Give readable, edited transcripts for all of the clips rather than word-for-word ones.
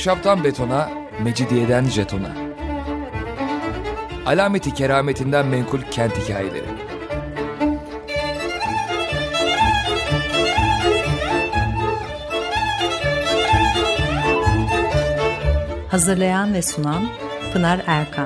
Ahşaptan betona, mecidiyeden jetona. Alameti kerametinden menkul kent hikayeleri. Hazırlayan ve sunan Pınar Erkan.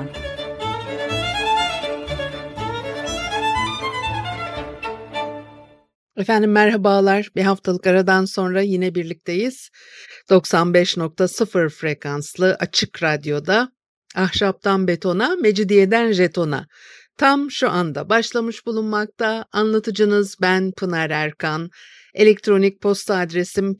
Efendim merhabalar. Bir haftalık aradan sonra yine birlikteyiz. 95.0 frekanslı açık radyoda ahşaptan betona, mecidiyeden jetona tam şu anda başlamış bulunmakta. Anlatıcınız ben Pınar Erkan. Elektronik posta adresim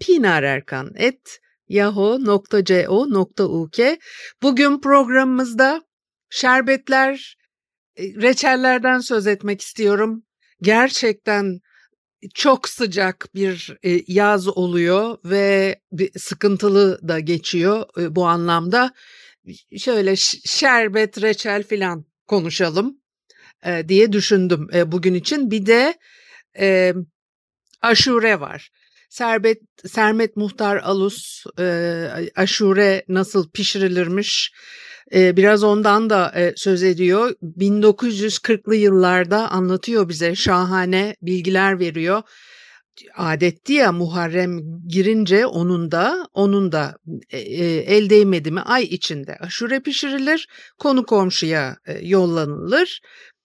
pinarerkan@yahoo.co.uk. Bugün programımızda şerbetler, reçellerden söz etmek istiyorum. Gerçekten çok sıcak bir yaz oluyor ve sıkıntılı da geçiyor bu anlamda. Şöyle şerbet, reçel filan konuşalım diye düşündüm bugün için. Bir de aşure var. Sermet Muhtar Alus aşure nasıl pişirilirmiş biraz ondan da söz ediyor. 1940'lı yıllarda anlatıyor bize, şahane bilgiler veriyor. Adetti ya Muharrem girince onun da el değmedi mi ay içinde aşure pişirilir, konu komşuya yollanılır.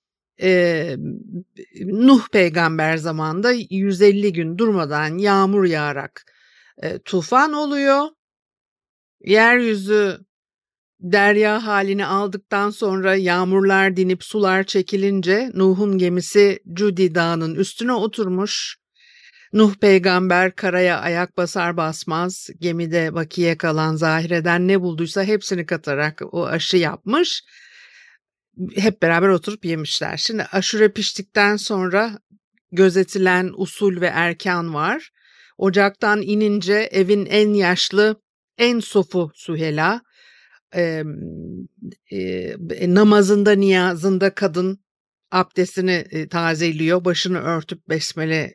Nuh peygamber zamanında 150 gün durmadan yağmur yağarak tufan oluyor. Yeryüzü derya halini aldıktan sonra yağmurlar dinip sular çekilince Nuh'un gemisi Cudi Dağı'nın üstüne oturmuş. Nuh peygamber karaya ayak basar basmaz gemide bakiye kalan zahireden ne bulduysa hepsini katarak o aşı yapmış. Hep beraber oturup yemişler. Şimdi aşure piştikten sonra gözetilen usul ve erkan var. Ocaktan inince evin en yaşlı, en sofu Süheyla, namazında niyazında kadın abdestini tazeliyor, başını örtüp besmele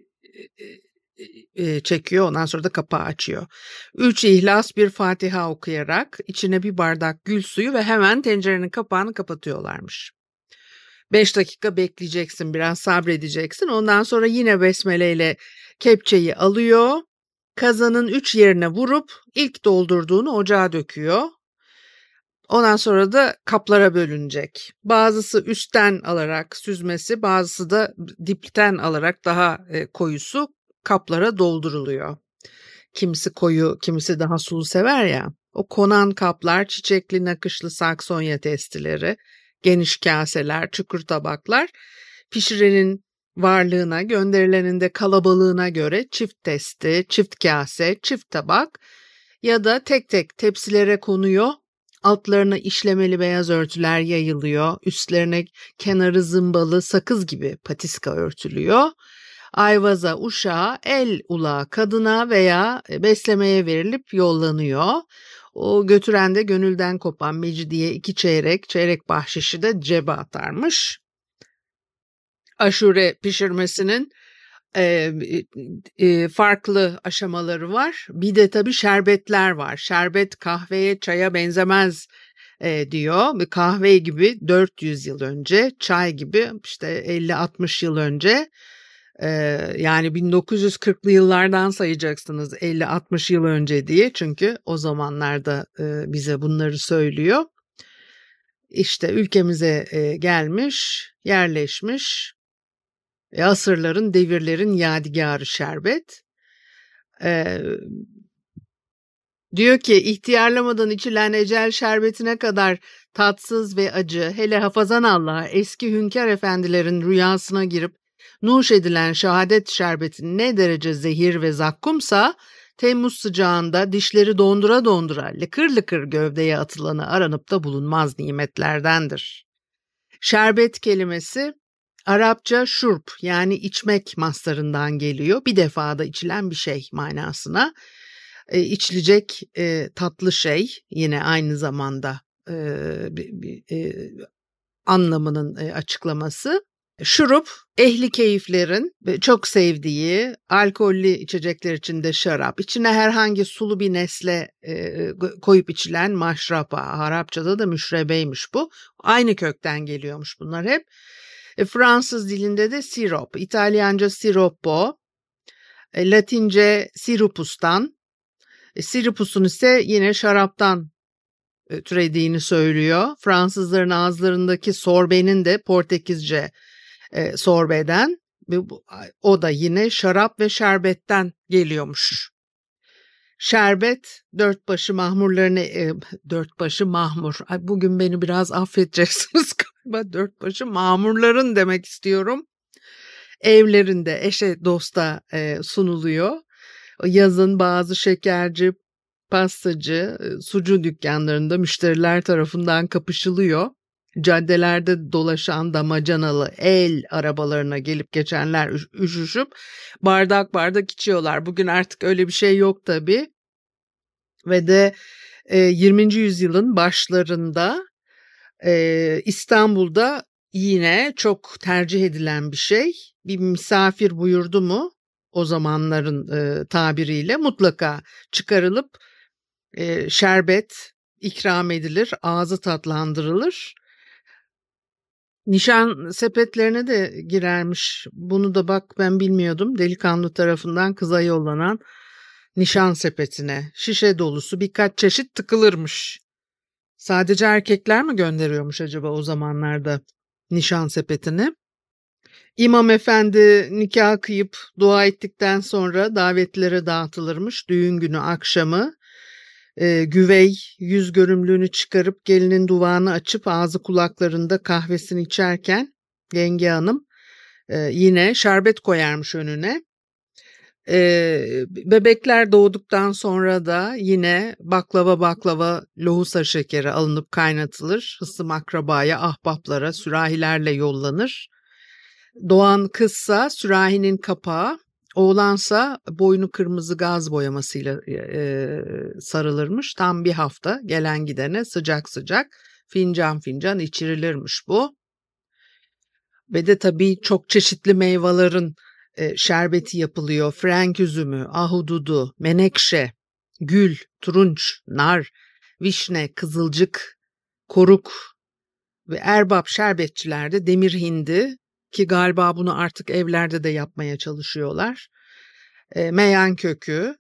çekiyor, ondan sonra da kapağı açıyor. 3 İhlas, bir Fatiha okuyarak içine bir bardak gül suyu ve hemen tencerenin kapağını kapatıyorlarmış. 5 dakika bekleyeceksin, biraz sabredeceksin. Ondan sonra yine besmeleyle kepçeyi alıyor, kazanın 3 yerine vurup ilk doldurduğunu ocağa döküyor. Ondan sonra da kaplara bölünecek. Bazısı üstten alarak süzmesi, bazısı da dipten alarak daha koyusu kaplara dolduruluyor. Kimisi koyu, kimisi daha sulu sever ya. O konan kaplar çiçekli nakışlı saksonya testileri, geniş kaseler, çukur tabaklar pişirenin varlığına, gönderilenin de kalabalığına göre çift testi, çift kase, çift tabak ya da tek tek tepsilere konuyor. Altlarına işlemeli beyaz örtüler yayılıyor. Üstlerine kenarı zımbalı sakız gibi patiska örtülüyor. Ayvaza uşağa, el ulağı kadına veya beslemeye verilip yollanıyor. O götüren de gönülden kopan Mecidiye 2 çeyrek bahşişi de cebe atarmış. Aşure pişirmesinin farklı aşamaları var. Bir de tabii şerbetler var. Şerbet kahveye, çaya benzemez diyor. Kahve gibi 400 yıl önce, çay gibi işte 50-60 yıl önce, yani 1940'lı yıllardan sayacaksınız 50-60 yıl önce diye, çünkü o zamanlarda bize bunları söylüyor. İşte ülkemize gelmiş, yerleşmiş. Asırların, devirlerin yadigarı şerbet. Diyor ki ihtiyarlamadan içilen ecel şerbetine kadar tatsız ve acı, hele hafazan Allah'a eski hünkâr efendilerin rüyasına girip nuş edilen şehadet şerbeti ne derece zehir ve zakkumsa, Temmuz sıcağında dişleri dondura dondura lıkır lıkır gövdeye atılanı aranıp da bulunmaz nimetlerdendir. Şerbet kelimesi Arapça şurp, yani içmek mastarından geliyor. Bir defada içilen bir şey manasına. İçilecek tatlı şey, yine aynı zamanda anlamının açıklaması. Şurup, ehli keyiflerin çok sevdiği alkollü içecekler içinde şarap. İçine herhangi sulu bir nesle koyup içilen maşrapa. Arapçada da müşrebeymiş bu. Aynı kökten geliyormuş bunlar hep. Fransız dilinde de sirop, İtalyanca siroppo, Latince sirupustan, sirupusun ise yine şaraptan türediğini söylüyor. Fransızların ağızlarındaki sorbenin de Portekizce sorbeden, o da yine şarap ve şerbetten geliyormuş. Şerbet dörtbaşı mahmur. Ay, bugün beni biraz affedeceksiniz galiba, dörtbaşı mahmurların demek istiyorum. Evlerinde eşe dosta sunuluyor. Yazın bazı şekerci, pastacı, sucu dükkanlarında müşteriler tarafından kapışılıyor. Caddelerde dolaşan damacanalı el arabalarına gelip geçenler üşüşüp bardak bardak içiyorlar. Bugün artık öyle bir şey yok tabii. Ve de 20. yüzyılın başlarında İstanbul'da yine çok tercih edilen bir şey. Bir misafir buyurdu mu o zamanların tabiriyle mutlaka çıkarılıp şerbet ikram edilir, ağzı tatlandırılır. Nişan sepetlerine de girermiş. Bunu da bak ben bilmiyordum. Delikanlı tarafından kıza yollanan nişan sepetine şişe dolusu birkaç çeşit tıkılırmış. Sadece erkekler mi gönderiyormuş acaba o zamanlarda nişan sepetini? İmam efendi nikah kıyıp dua ettikten sonra davetlere dağıtılırmış. Düğün günü akşamı güvey yüz görümlüğünü çıkarıp gelinin duvağını açıp ağzı kulaklarında kahvesini içerken yenge hanım yine şerbet koyarmış önüne. Bebekler doğduktan sonra da yine baklava lohusa şekeri alınıp kaynatılır. Hısım akrabaya, ahbaplara sürahilerle yollanır. Doğan kızsa sürahinin kapağı, oğlansa boynu kırmızı gaz boyamasıyla sarılırmış. Tam bir hafta gelen gidene sıcak sıcak fincan fincan içirilirmiş bu. Ve de tabii çok çeşitli meyvelerin şerbeti yapılıyor. Frenk üzümü, ahududu, menekşe, gül, turunç, nar, vişne, kızılcık, koruk ve erbap şerbetçilerde demir hindi, ki galiba bunu artık evlerde de yapmaya çalışıyorlar. Meyan kökü.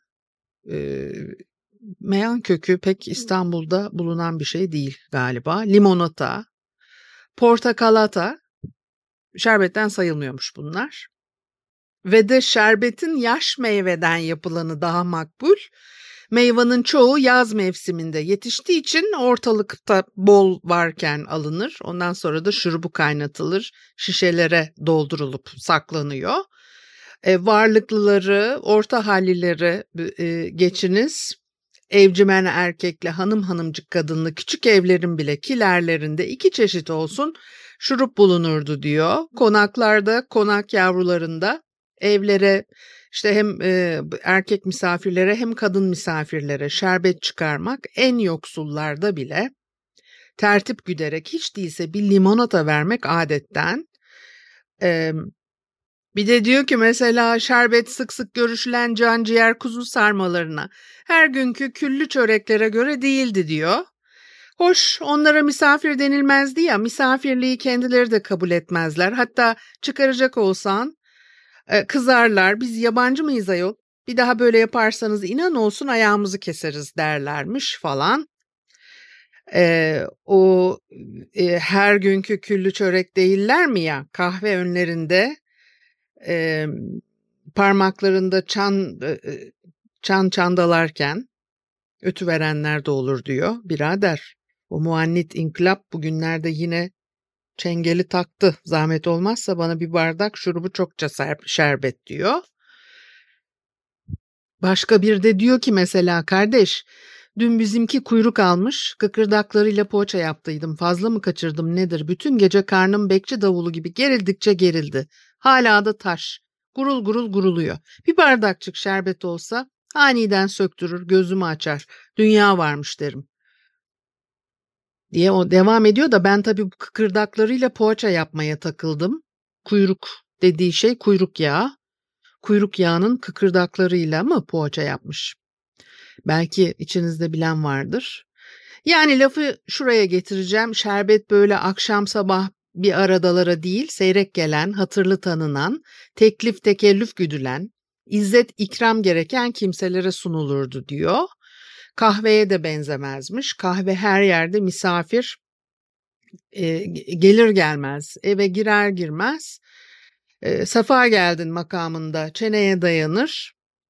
Meyan kökü pek İstanbul'da bulunan bir şey değil galiba. Limonata, portakalata, şerbetten sayılmıyormuş bunlar. Ve de şerbetin yaş meyveden yapılanı daha makbul. Meyvanın çoğu yaz mevsiminde yetiştiği için ortalıkta bol varken alınır. Ondan sonra da şurubu kaynatılır, şişelere doldurulup saklanıyor. Varlıklıları, orta hallileri geçiniz. Evcimen erkekle hanım hanımcık kadınlı küçük evlerin bile kilerlerinde 2 çeşit olsun şurup bulunurdu diyor. Konaklarda, konak yavrularında evlere işte hem erkek misafirlere hem kadın misafirlere şerbet çıkarmak, en yoksullarda bile tertip güderek hiç değilse bir limonata vermek adetten. Bir de diyor ki mesela şerbet sık sık görüşülen canciğer kuzu sarmalarına, her günkü küllü çöreklere göre değildi diyor. Hoş, onlara misafir denilmezdi ya, misafirliği kendileri de kabul etmezler. Hatta çıkaracak olsan kızarlar, biz yabancı mıyız ayol? Bir daha böyle yaparsanız inan olsun ayağımızı keseriz derlermiş falan. Her günkü küllü çörek değiller mi ya? Kahve önlerinde parmaklarında çan çandalarken ötü verenler de olur diyor birader. O muannit inkılap bugünlerde yine çengeli taktı. Zahmet olmazsa bana bir bardak şurubu çokça şerbet diyor. Başka bir de diyor ki mesela, kardeş dün bizimki kuyruk almış, kıkırdaklarıyla poğaça yaptıydım. Fazla mı kaçırdım nedir? Bütün gece karnım bekçi davulu gibi gerildikçe gerildi. Hala da taş. Gurul gurul guruluyor. Bir bardakçık şerbet olsa aniden söktürür, gözümü açar. Dünya varmış derim. Diye o devam ediyor da ben tabii bu kıkırdaklarıyla poğaça yapmaya takıldım. kuyruk dediği şey kuyruk yağı. Kuyruk yağının kıkırdaklarıyla mı poğaça yapmış? Belki içinizde bilen vardır. Yani lafı şuraya getireceğim. Şerbet böyle akşam sabah bir aradalara değil, seyrek gelen, hatırlı tanınan, teklif tekellüf güdülen, izzet ikram gereken kimselere sunulurdu diyor. Kahveye de benzemezmiş. Kahve her yerde misafir gelir gelmez, eve girer girmez safa geldin makamında çeneye dayanır.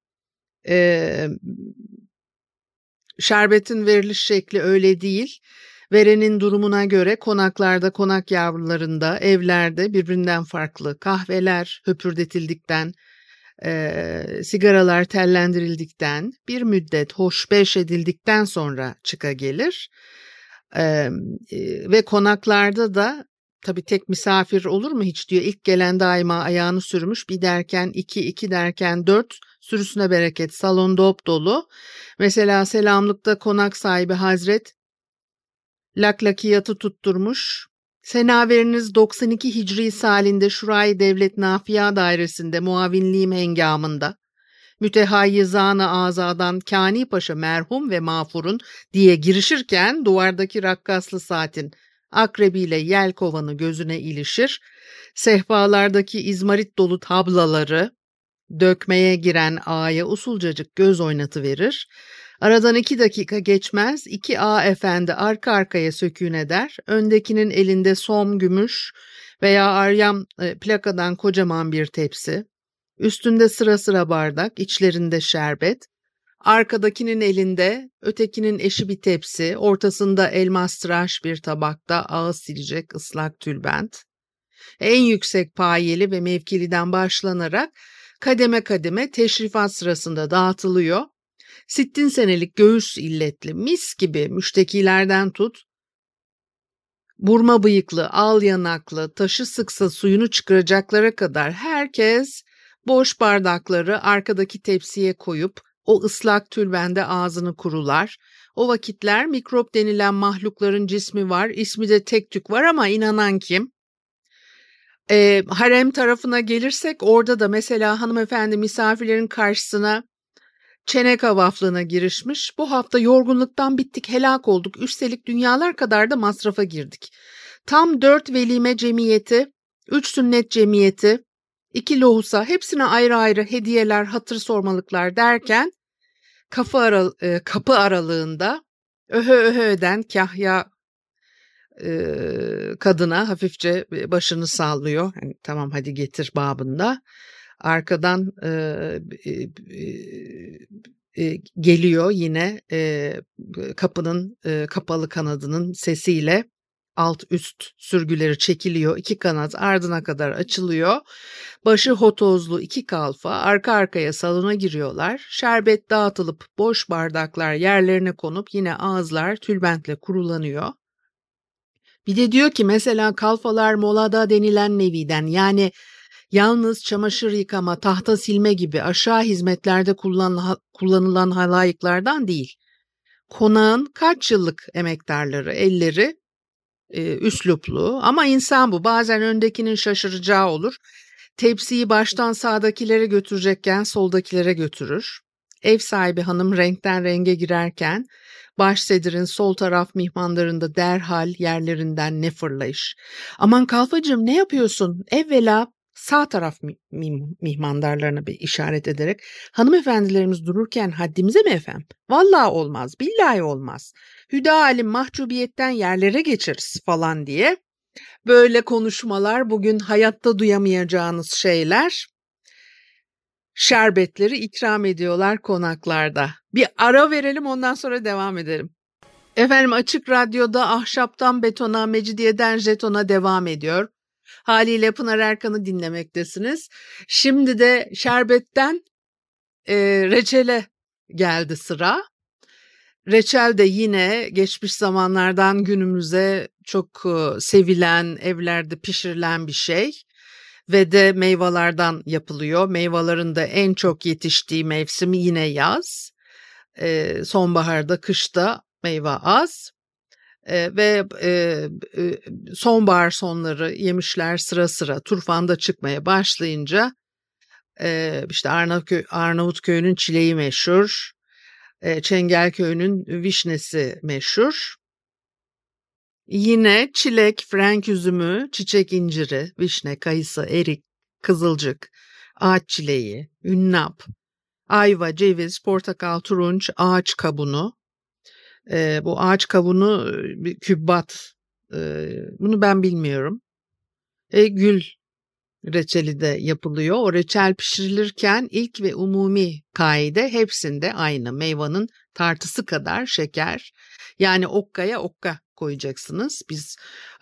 Şerbetin veriliş şekli öyle değil. Verenin durumuna göre konaklarda, konak yavrularında, evlerde birbirinden farklı kahveler höpürdetildikten, sigaralar tellendirildikten, bir müddet hoşbeş edildikten sonra çıka gelir. Ve konaklarda da tabii tek misafir olur mu hiç diyor. İlk gelen daima ayağını sürmüş. Bir derken iki derken 4, sürüsüne bereket, salon dop dolu. Mesela selamlıkta konak sahibi Hazret laklakiyatı tutturmuş. Senaveriniz 92 Hicri salinde Şurayı Devlet Nafiya Dairesi'nde muavinliğim hengamında mütehayyizan-ı azadan Kani Paşa merhum ve mağfurun diye girişirken duvardaki rakkaslı saatin akrebiyle yelkovanı gözüne ilişir, sehpalardaki izmarit dolu tablaları dökmeye giren ağaya usulcacık göz oynatıverir. Aradan 2 dakika geçmez, 2 ağa efendi arka arkaya sökûn eder, öndekinin elinde som gümüş veya aryam plakadan kocaman bir tepsi, üstünde sıra sıra bardak, içlerinde şerbet, arkadakinin elinde, ötekinin eşi bir tepsi, ortasında elmas tıraş bir tabakta ağız silecek ıslak tülbent. En yüksek payeli ve mevkiliden başlanarak kademe kademe teşrifat sırasında dağıtılıyor. 60 senelik göğüs illetli, mis gibi müştekilerden tut, burma bıyıklı, al yanaklı, taşı sıksa suyunu çıkaracaklara kadar herkes boş bardakları arkadaki tepsiye koyup o ıslak tülbende ağzını kurular. O vakitler mikrop denilen mahlukların cismi var, ismi de tek tük var ama inanan kim? Harem tarafına gelirsek orada da mesela hanımefendi misafirlerin karşısına çene kavaflığına girişmiş. Bu hafta yorgunluktan bittik, helak olduk. Üstelik dünyalar kadar da masrafa girdik. Tam 4 velime cemiyeti, 3 sünnet cemiyeti, 2 lohusa, hepsine ayrı ayrı hediyeler, hatır sormalıklar derken kapı aralığında öhö eden kahya kadına hafifçe başını sallıyor. Yani, tamam hadi getir babında. Arkadan geliyor yine kapının kapalı kanadının sesiyle alt üst sürgüleri çekiliyor. 2 kanat ardına kadar açılıyor. Başı hotozlu 2 kalfa arka arkaya salona giriyorlar. Şerbet dağıtılıp boş bardaklar yerlerine konup yine ağızlar tülbentle kurulanıyor. Bir de diyor ki mesela kalfalar molada denilen neviden, yani yalnız çamaşır yıkama, tahta silme gibi aşağı hizmetlerde kullanılan halayıklardan değil. Konağın kaç yıllık emektarları, elleri üsluplu ama insan bu. Bazen öndekinin şaşıracağı olur. Tepsiyi baştan sağdakilere götürecekken soldakilere götürür. Ev sahibi hanım renkten renge girerken başsedirin sol taraf mihmandarında derhal yerlerinden ne fırlayış. Aman kalfacığım ne yapıyorsun? Evvela sağ taraf mihmandarlarına bir işaret ederek hanımefendilerimiz dururken haddimize mi efendim? Vallahi olmaz, billahi olmaz. Hüda alim mahcubiyetten yerlere geçeriz falan diye. Böyle konuşmalar bugün hayatta duyamayacağınız şeyler. Şerbetleri ikram ediyorlar konaklarda. Bir ara verelim, ondan sonra devam edelim. Efendim Açık Radyo'da ahşaptan betona, mecidiyeden jetona devam ediyor. Haliyle Pınar Erkan'ı dinlemektesiniz. Şimdi de şerbetten reçele geldi sıra. Reçel de yine geçmiş zamanlardan günümüze çok sevilen, evlerde pişirilen bir şey. Ve de meyvelerden yapılıyor. Meyvelerin de en çok yetiştiği mevsim yine yaz. Sonbaharda, kışta meyve az. Ve sonbahar sonları yemişler sıra sıra turfanda çıkmaya başlayınca işte Arnavutköy'ünün çileği meşhur, Çengelköy'ünün vişnesi meşhur. Yine çilek, frenk üzümü, çiçek inciri, vişne, kayısı, erik, kızılcık, ağaç çileği, ünnap, ayva, ceviz, portakal, turunç, ağaç kavunu. Bu ağaç kavunu bir kübbat. Bunu ben bilmiyorum. Gül reçeli de yapılıyor. O reçel pişirilirken ilk ve umumi kaide hepsinde aynı. Meyvanın tartısı kadar şeker. Yani okkaya okka koyacaksınız. Biz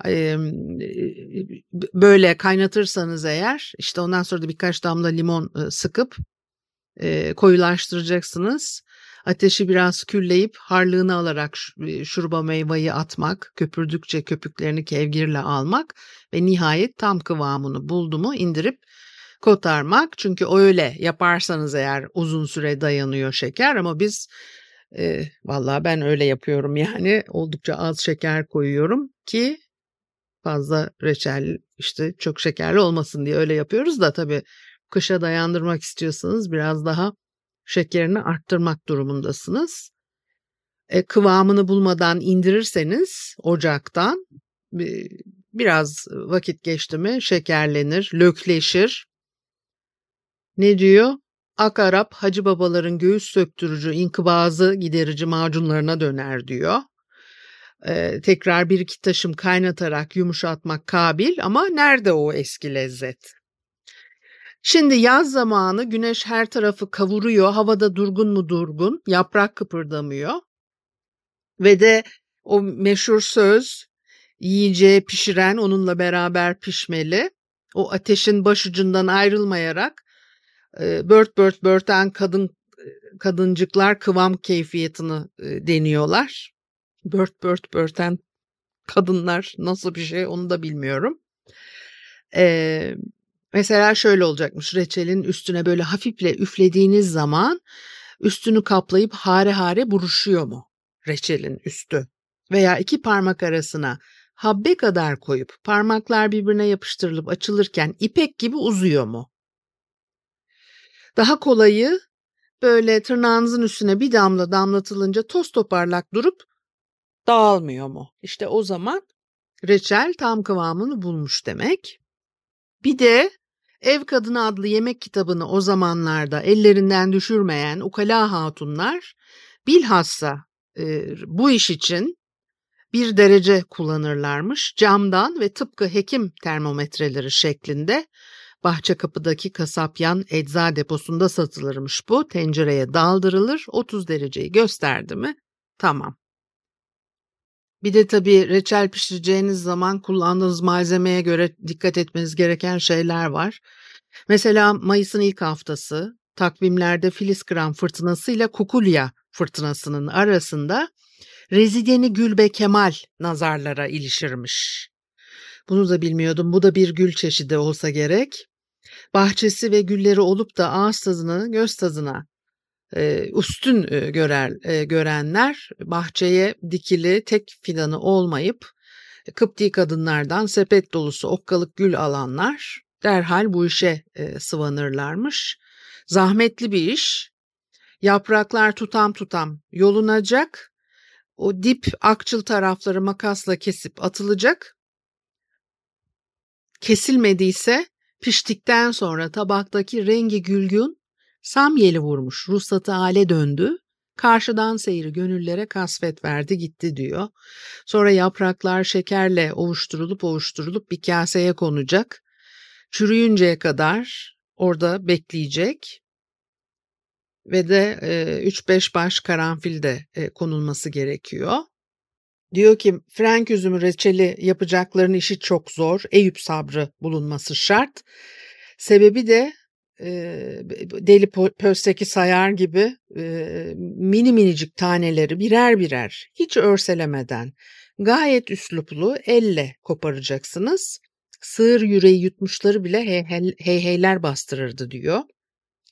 böyle kaynatırsanız eğer işte ondan sonra da birkaç damla limon sıkıp koyulaştıracaksınız. Ateşi biraz külleyip harlığını alarak şuruba meyveyi atmak, köpürdükçe köpüklerini kevgirle almak ve nihayet tam kıvamını buldu mu indirip kotarmak. Çünkü öyle yaparsanız eğer uzun süre dayanıyor şeker ama biz vallahi ben öyle yapıyorum yani oldukça az şeker koyuyorum ki fazla reçel işte çok şekerli olmasın diye öyle yapıyoruz da tabii kışa dayandırmak istiyorsanız biraz daha şekerini arttırmak durumundasınız. Kıvamını bulmadan indirirseniz ocaktan biraz vakit geçti mi şekerlenir, lökleşir. Ne diyor? Ak Arap hacı babaların göğüs söktürücü, inkıbazı giderici macunlarına döner diyor. Tekrar bir iki taşım kaynatarak yumuşatmak kabil ama nerede o eski lezzet? Şimdi yaz zamanı güneş her tarafı kavuruyor, havada durgun mu durgun, yaprak kıpırdamıyor. Ve de o meşhur söz yiyeceği pişiren onunla beraber pişmeli. O ateşin başucundan ayrılmayarak bört börten kadıncıklar kıvam keyfiyetini deniyorlar. Bört börten kadınlar nasıl bir şey onu da bilmiyorum. Mesela şöyle olacakmış, reçelin üstüne böyle hafifle üflediğiniz zaman üstünü kaplayıp hare hare buruşuyor mu reçelin üstü? Veya iki parmak arasına habbe kadar koyup parmaklar birbirine yapıştırılıp açılırken ipek gibi uzuyor mu? Daha kolayı böyle tırnağınızın üstüne bir damla damlatılınca toz toparlak durup dağılmıyor mu? İşte o zaman reçel tam kıvamını bulmuş demek. Bir de Ev Kadını adlı yemek kitabını o zamanlarda ellerinden düşürmeyen ukala hatunlar bilhassa bu iş için bir derece kullanırlarmış. Camdan ve tıpkı hekim termometreleri şeklinde Bahçekapı'daki kasapyan ecza deposunda satılırmış bu. Tencereye daldırılır, 30 dereceyi gösterdi mi? Tamam. Bir de tabii reçel pişireceğiniz zaman kullandığınız malzemeye göre dikkat etmeniz gereken şeyler var. Mesela Mayıs'ın ilk haftası takvimlerde Filiskram fırtınası ile Kukulya fırtınasının arasında rezideni Gülbe Kemal nazarlara ilişirmiş. Bunu da bilmiyordum. Bu da bir gül çeşidi olsa gerek. Bahçesi ve gülleri olup da ağız tadını göz tadına üstün görenler bahçeye dikili tek fidanı olmayıp Kıpti kadınlardan sepet dolusu okkalık gül alanlar derhal bu işe sıvanırlarmış. Zahmetli bir iş. Yapraklar tutam yolunacak. O dip akçıl tarafları makasla kesip atılacak. Kesilmediyse piştikten sonra tabaktaki rengi gülgün samyeli vurmuş, ruhsatı hale döndü, karşıdan seyri gönüllere kasvet verdi gitti diyor. Sonra yapraklar şekerle ovuşturulup bir kaseye konacak. Çürüyünceye kadar orada bekleyecek ve de 3-5 baş karanfil de konulması gerekiyor. Diyor ki frenk üzümü reçeli yapacakların işi çok zor, Eyüp sabrı bulunması şart. Sebebi de deli pösteki sayar gibi mini minicik taneleri birer hiç örselemeden gayet üsluplu elle koparacaksınız. Sığır yüreği yutmuşları bile heyheyler bastırırdı diyor.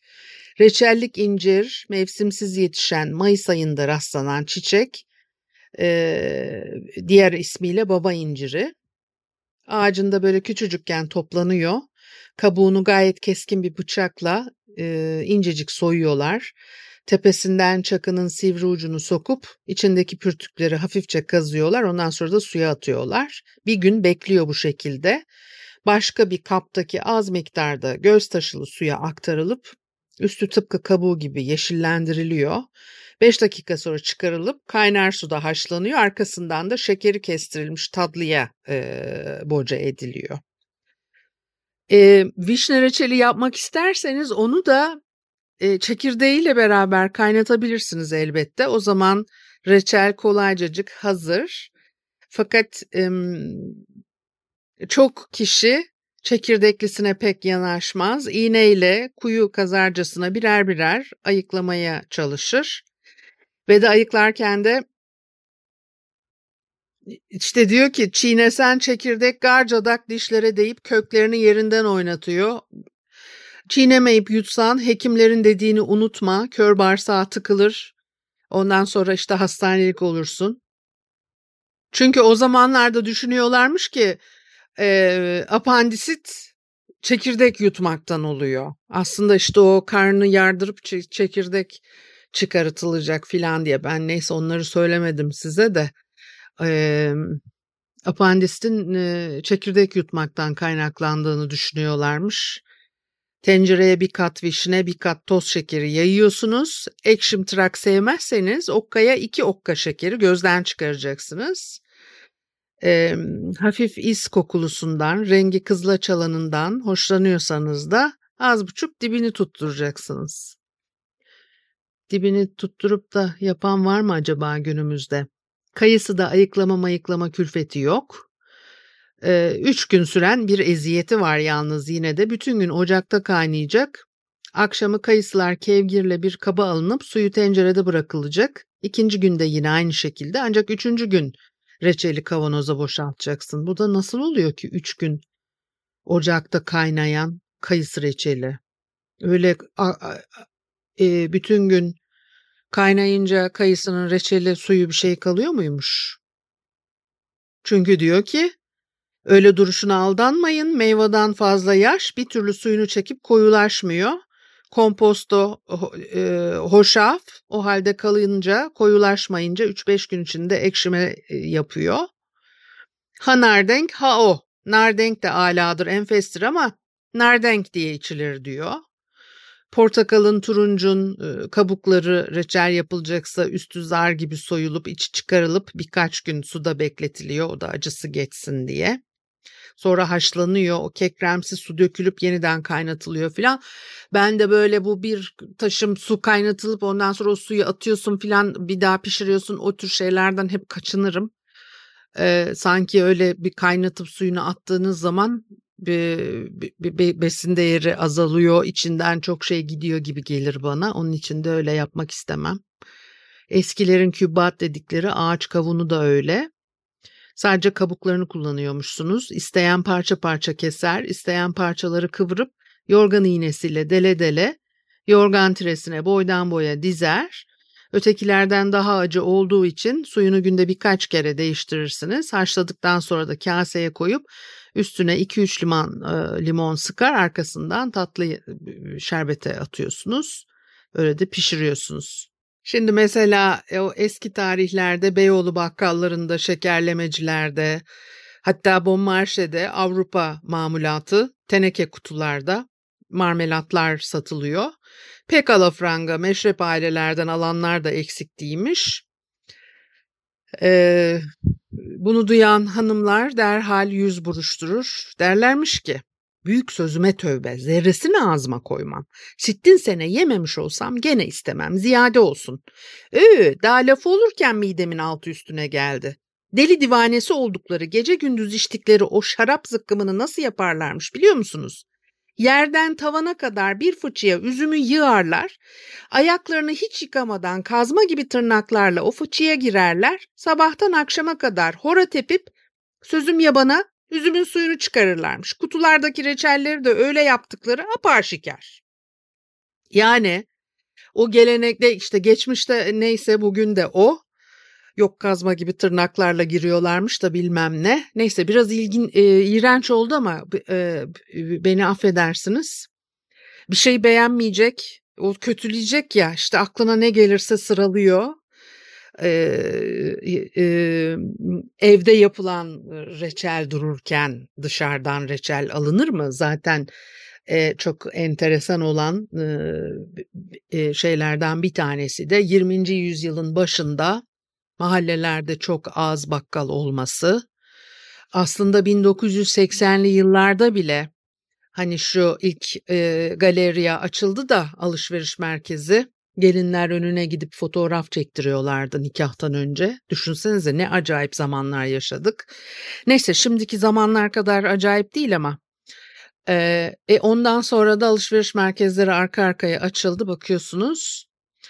Reçellik incir, mevsimsiz yetişen Mayıs ayında rastlanan çiçek, Diğer ismiyle baba inciri. Ağacında böyle küçücükken toplanıyor. Kabuğunu gayet keskin bir bıçakla incecik soyuyorlar. Tepesinden çakının sivri ucunu sokup içindeki pürtükleri hafifçe kazıyorlar. Ondan sonra da suya atıyorlar. Bir gün bekliyor bu şekilde. Başka bir kaptaki az miktarda göz taşılı suya aktarılıp üstü tıpkı kabuğu gibi yeşillendiriliyor. 5 dakika sonra çıkarılıp kaynar suda haşlanıyor. Arkasından da şekeri kestirilmiş tatlıya boca ediliyor. Vişne reçeli yapmak isterseniz onu da çekirdeğiyle beraber kaynatabilirsiniz elbette. O zaman reçel kolaycacık hazır. Fakat çok kişi çekirdeklisine pek yanaşmaz. İğneyle kuyu kazarcasına birer birer ayıklamaya çalışır. Ve de ayıklarken de işte diyor ki çiğnesen çekirdek garcadak dişlere değip köklerini yerinden oynatıyor. Çiğnemeyip yutsan hekimlerin dediğini unutma, kör bağırsağa tıkılır. Ondan sonra işte hastanelik olursun. Çünkü o zamanlarda düşünüyorlarmış ki apandisit çekirdek yutmaktan oluyor. Aslında işte o karnı yardırıp çekirdek çıkartılacak filan diye. Ben neyse onları söylemedim size de. Apandisitin çekirdek yutmaktan kaynaklandığını düşünüyorlarmış. Tencereye bir kat vişne, bir kat toz şekeri yayıyorsunuz. Ekşimtırak sevmezseniz okkaya 2 okka şekeri gözden çıkaracaksınız. Hafif is kokulusundan, rengi kızılaçalanından hoşlanıyorsanız da az buçuk dibini tutturacaksınız. Dibini tutturup da yapan var mı acaba günümüzde? Kayısıda ayıklama külfeti yok. 3 gün süren bir eziyeti var yalnız yine de. Bütün gün ocakta kaynayacak. Akşamı kayısılar kevgirle bir kaba alınıp suyu tencerede bırakılacak. 2. günde yine aynı şekilde ancak 3. gün reçeli kavanoza boşaltacaksın. Bu da nasıl oluyor ki 3 gün ocakta kaynayan kayısı reçeli? Öyle bütün gün kaynayınca kayısının reçeli suyu bir şey kalıyor muymuş? Çünkü diyor ki öyle duruşuna aldanmayın, meyveden fazla yaş bir türlü suyunu çekip koyulaşmıyor. Komposto hoşaf, o halde kalınca koyulaşmayınca 3-5 gün içinde ekşime yapıyor. Ha nardenk ha o. Nardenk de aladır, enfestir ama nardenk diye içilir diyor. Portakalın, turuncun kabukları reçel yapılacaksa üstü zar gibi soyulup içi çıkarılıp birkaç gün suda bekletiliyor. O da acısı geçsin diye. Sonra haşlanıyor. O kekremsi su dökülüp yeniden kaynatılıyor filan. Ben de böyle bu bir taşım su kaynatılıp ondan sonra o suyu atıyorsun filan bir daha pişiriyorsun. O tür şeylerden hep kaçınırım. Sanki öyle bir kaynatıp suyunu attığınız zaman besin değeri azalıyor, içinden çok şey gidiyor gibi gelir bana. Onun için de öyle yapmak istemem. Eskilerin kübbat dedikleri ağaç kavunu da öyle. Sadece kabuklarını kullanıyormuşsunuz. İsteyen parça parça keser, isteyen parçaları kıvırıp yorgan iğnesiyle dele dele yorgan tiresine boydan boya dizer. Ötekilerden daha acı olduğu için suyunu günde birkaç kere değiştirirsiniz. Haşladıktan sonra da kaseye koyup üstüne 2-3 limon sıkar, arkasından tatlı şerbete atıyorsunuz. Öyle de pişiriyorsunuz. Şimdi mesela o eski tarihlerde Beyoğlu bakkallarında, şekerlemecilerde, hatta Bon Marché'de Avrupa mamulatı teneke kutularda marmelatlar satılıyor. Pek alafranga meşrep ailelerden alanlar da eksik değilmiş. Bunu duyan hanımlar derhal yüz buruşturur. Derlermiş ki, büyük sözüme tövbe, zerresini ağzıma koymam. 60 sene yememiş olsam gene istemem, ziyade olsun. Daha lafı olurken midemin altı üstüne geldi. Deli divanesi oldukları, gece gündüz içtikleri o şarap zıkkımını nasıl yaparlarmış biliyor musunuz? Yerden tavana kadar bir fıçıya üzümü yığarlar, ayaklarını hiç yıkamadan kazma gibi tırnaklarla o fıçıya girerler, sabahtan akşama kadar hora tepip sözüm yabana üzümün suyunu çıkarırlarmış. Kutulardaki reçelleri de öyle yaptıkları apaşikar. Yani o gelenekte işte geçmişte neyse bugün de o. Yok kazma gibi tırnaklarla giriyorlarmış da bilmem ne. Neyse biraz iğrenç oldu ama beni affedersiniz. Bir şey beğenmeyecek, o kötüleyecek ya, işte aklına ne gelirse sıralıyor. Evde yapılan reçel dururken dışarıdan reçel alınır mı? Zaten çok enteresan olan şeylerden bir tanesi de 20. yüzyılın başında mahallelerde çok az bakkal olması. Aslında 1980'li yıllarda bile hani şu ilk galeriya açıldı da alışveriş merkezi, gelinler önüne gidip fotoğraf çektiriyorlardı nikahtan önce. Düşünsenize ne acayip zamanlar yaşadık. Neyse şimdiki zamanlar kadar acayip değil ama ondan sonra da alışveriş merkezleri arka arkaya açıldı, bakıyorsunuz.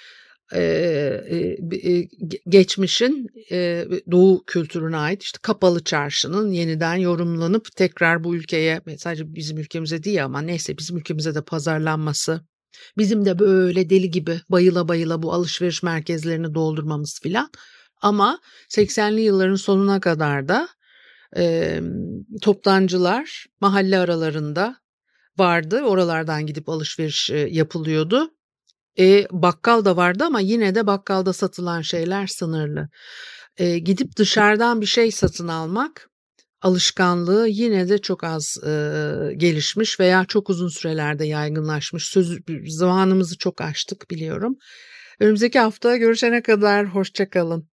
Geçmişin Doğu kültürüne ait işte kapalı çarşının yeniden yorumlanıp tekrar bu ülkeye, sadece bizim ülkemize değil ama neyse bizim ülkemize de pazarlanması, bizim de böyle deli gibi bayıla bayıla bu alışveriş merkezlerini doldurmamız filan. Ama 80'li yılların sonuna kadar da toptancılar mahalle aralarında vardı, oralardan gidip alışveriş yapılıyordu. Bakkal da vardı ama yine de bakkalda satılan şeyler sınırlı. Gidip dışarıdan bir şey satın almak alışkanlığı yine de çok az gelişmiş veya çok uzun sürelerde yaygınlaşmış. Zamanımızı çok aştık biliyorum. Önümüzdeki hafta görüşene kadar hoşça kalın.